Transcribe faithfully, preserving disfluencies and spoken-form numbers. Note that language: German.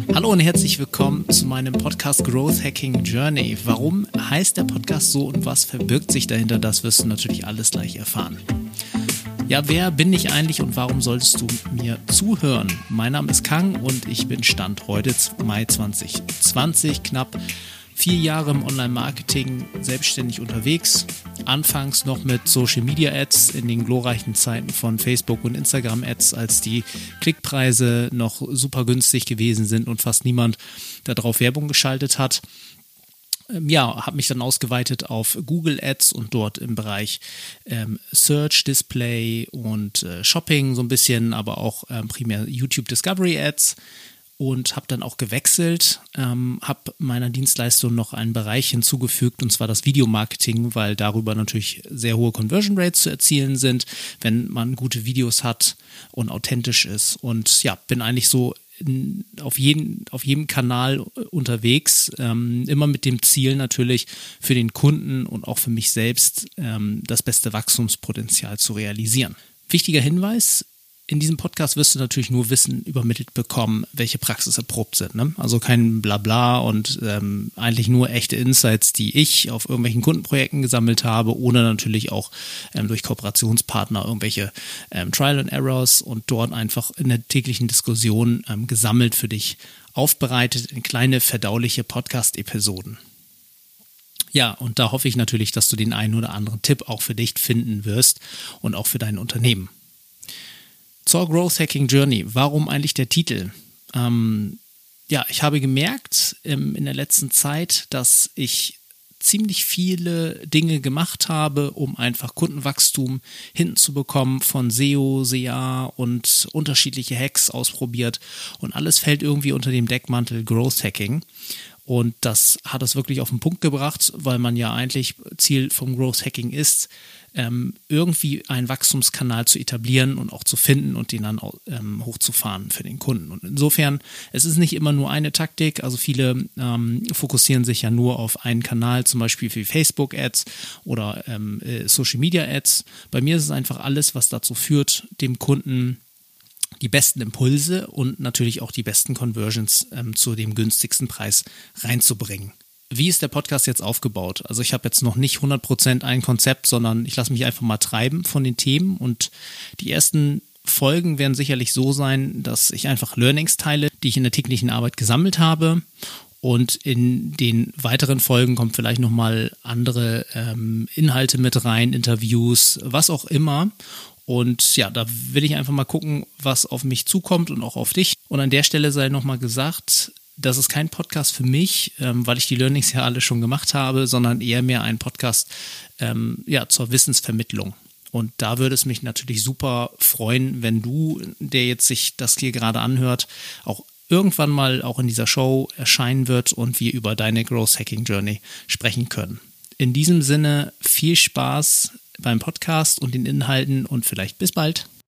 Hallo und herzlich willkommen zu meinem Podcast Growth Hacking Journey. Warum heißt der Podcast so und was verbirgt sich dahinter, das wirst du natürlich alles gleich erfahren. Ja, wer bin ich eigentlich und warum solltest du mir zuhören? Mein Name ist Kang und ich bin Stand heute Mai zwanzig zwanzig, knapp vier Jahre im Online-Marketing selbstständig unterwegs. Anfangs noch mit Social-Media-Ads in den glorreichen Zeiten von Facebook- und Instagram-Ads, als die Klickpreise noch super günstig gewesen sind und fast niemand darauf Werbung geschaltet hat. Ja, habe mich dann ausgeweitet auf Google Ads und dort im Bereich ähm, Search, Display und äh, Shopping so ein bisschen, aber auch ähm, primär YouTube Discovery Ads. Und habe dann auch gewechselt, ähm, habe meiner Dienstleistung noch einen Bereich hinzugefügt, und zwar das Videomarketing, weil darüber natürlich sehr hohe Conversion Rates zu erzielen sind, wenn man gute Videos hat und authentisch ist. Und ja, bin eigentlich so in, auf, jeden, auf jedem Kanal unterwegs, ähm, immer mit dem Ziel natürlich für den Kunden und auch für mich selbst ähm, das beste Wachstumspotenzial zu realisieren. Wichtiger Hinweis: In diesem Podcast wirst du natürlich nur Wissen übermittelt bekommen, welche Praxis erprobt sind. Ne? Also kein Blabla und ähm, eigentlich nur echte Insights, die ich auf irgendwelchen Kundenprojekten gesammelt habe, oder natürlich auch ähm, durch Kooperationspartner irgendwelche ähm, Trial and Errors und dort einfach in der täglichen Diskussion ähm, gesammelt für dich aufbereitet in kleine verdauliche Podcast-Episoden. Ja, und da hoffe ich natürlich, dass du den einen oder anderen Tipp auch für dich finden wirst und auch für dein Unternehmen. Zur Growth Hacking Journey. Warum eigentlich der Titel? Ähm, ja, ich habe gemerkt ähm, in der letzten Zeit, dass ich ziemlich viele Dinge gemacht habe, um einfach Kundenwachstum hinzubekommen, von S E O, S E A und unterschiedliche Hacks ausprobiert, und alles fällt irgendwie unter dem Deckmantel Growth Hacking. Und das hat es wirklich auf den Punkt gebracht, weil man ja eigentlich Ziel vom Growth Hacking ist, ähm, irgendwie einen Wachstumskanal zu etablieren und auch zu finden und den dann ähm, hochzufahren für den Kunden. Und insofern, es ist nicht immer nur eine Taktik. Also viele ähm, fokussieren sich ja nur auf einen Kanal, zum Beispiel wie Facebook-Ads oder ähm, äh, Social-Media-Ads. Bei mir ist es einfach alles, was dazu führt, dem Kunden die besten Impulse und natürlich auch die besten Conversions ähm, zu dem günstigsten Preis reinzubringen. Wie ist der Podcast jetzt aufgebaut? Also ich habe jetzt noch nicht hundert Prozent ein Konzept, sondern ich lasse mich einfach mal treiben von den Themen, und die ersten Folgen werden sicherlich so sein, dass ich einfach Learnings teile, die ich in der täglichen Arbeit gesammelt habe, und in den weiteren Folgen kommen vielleicht nochmal andere ähm, Inhalte mit rein, Interviews, was auch immer. Und ja, da will ich einfach mal gucken, was auf mich zukommt und auch auf dich. Und an der Stelle sei nochmal gesagt, das ist kein Podcast für mich, ähm, weil ich die Learnings ja alle schon gemacht habe, sondern eher mehr ein Podcast ähm, ja, zur Wissensvermittlung. Und da würde es mich natürlich super freuen, wenn du, der jetzt sich das hier gerade anhört, auch irgendwann mal auch in dieser Show erscheinen wird und wir über deine Growth Hacking Journey sprechen können. In diesem Sinne viel Spaß beim Podcast und den Inhalten und vielleicht bis bald.